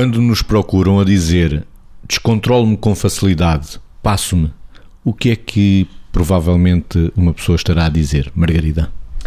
Quando nos procuram a dizer descontrolo-me com facilidade, passo-me, o que é que provavelmente uma pessoa estará a dizer, Margarida?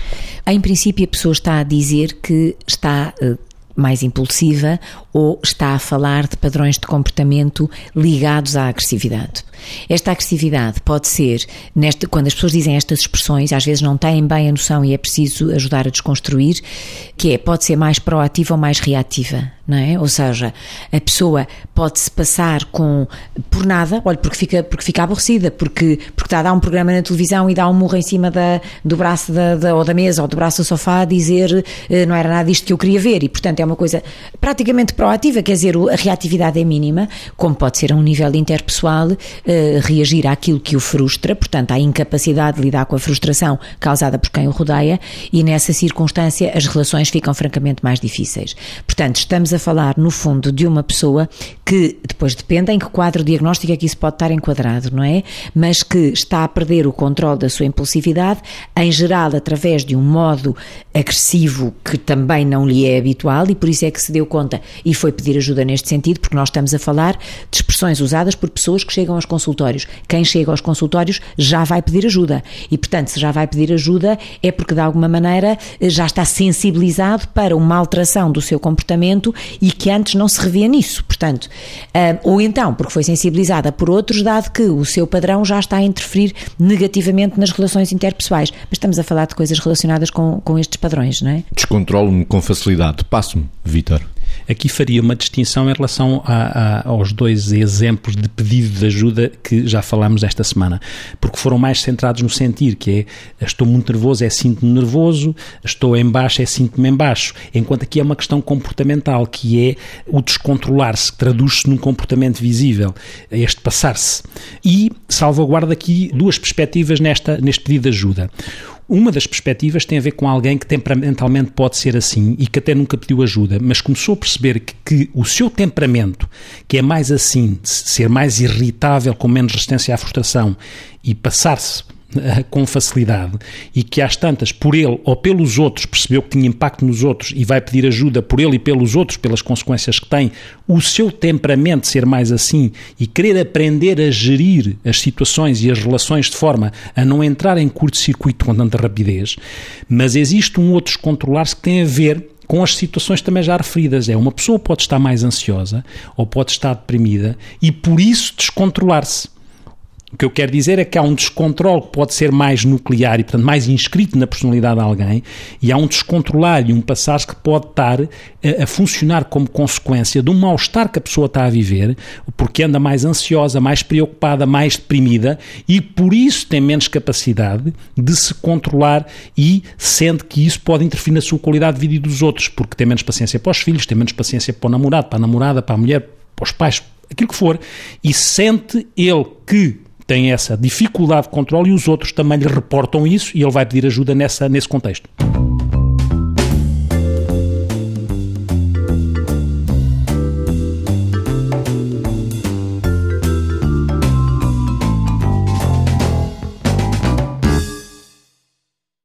Em princípio, a pessoa está a dizer que está mais impulsiva ou está a falar de padrões de comportamento ligados à agressividade. Esta agressividade pode ser, quando as pessoas dizem estas expressões, às vezes não têm bem a noção e é preciso ajudar a desconstruir, pode ser mais proativa ou mais reativa, não é? Ou seja, a pessoa pode-se passar por nada, porque fica aborrecida, porque está a dar um programa na televisão e dá um murro em cima do braço ou da mesa ou do braço do sofá a dizer não era nada disto que eu queria ver, e portanto é uma coisa praticamente proativa, quer dizer, a reatividade é mínima, como pode ser a um nível interpessoal, reagir àquilo que o frustra, portanto à incapacidade de lidar com a frustração causada por quem o rodeia, e nessa circunstância as relações ficam francamente mais difíceis. Portanto, estamos a falar no fundo de uma pessoa que, depois depende em que quadro diagnóstico é que isso pode estar enquadrado, não é? Mas que está a perder o controle da sua impulsividade, em geral através de um modo agressivo que também não lhe é habitual, e por isso é que se deu conta e foi pedir ajuda neste sentido, porque nós estamos a falar de expressões usadas por pessoas que chegam aos consultórios. Quem chega aos consultórios já vai pedir ajuda e, portanto, se já vai pedir ajuda é porque de alguma maneira já está sensibilizado para uma alteração do seu comportamento e que antes não se revia nisso, portanto, ou então porque foi sensibilizada por outros, dado que o seu padrão já está a interferir negativamente nas relações interpessoais. Mas estamos a falar de coisas relacionadas com estes padrões, não é? Descontrolo-me com facilidade, passo-me, Vítor. Aqui faria uma distinção em relação aos dois exemplos de pedido de ajuda que já falámos esta semana, porque foram mais centrados no sentir, que é estou muito nervoso, sinto-me nervoso, estou em baixo, sinto-me em baixo, enquanto aqui é uma questão comportamental, que é o descontrolar-se, que traduz-se num comportamento visível, este passar-se. E salvaguarda aqui duas perspectivas neste pedido de ajuda. Uma das perspectivas tem a ver com alguém que temperamentalmente pode ser assim e que até nunca pediu ajuda, mas começou a perceber que o seu temperamento, que é mais assim, ser mais irritável, com menos resistência à frustração e passar-se com facilidade, e que às tantas, por ele ou pelos outros, percebeu que tinha impacto nos outros e vai pedir ajuda por ele e pelos outros, pelas consequências que tem, o seu temperamento ser mais assim e querer aprender a gerir as situações e as relações de forma a não entrar em curto-circuito com tanta rapidez. Mas existe um outro descontrolar-se que tem a ver com as situações também já referidas. Uma pessoa pode estar mais ansiosa ou pode estar deprimida e por isso descontrolar-se. O que eu quero dizer é que há um descontrole que pode ser mais nuclear e, portanto, mais inscrito na personalidade de alguém, e há um descontrolar e um passar-se que pode estar a funcionar como consequência de um mal-estar que a pessoa está a viver, porque anda mais ansiosa, mais preocupada, mais deprimida, e por isso tem menos capacidade de se controlar e sente que isso pode interferir na sua qualidade de vida e dos outros, porque tem menos paciência para os filhos, tem menos paciência para o namorado, para a namorada, para a mulher, para os pais, aquilo que for, e sente ele que tem essa dificuldade de controle e os outros também lhe reportam isso e ele vai pedir ajuda nesse contexto.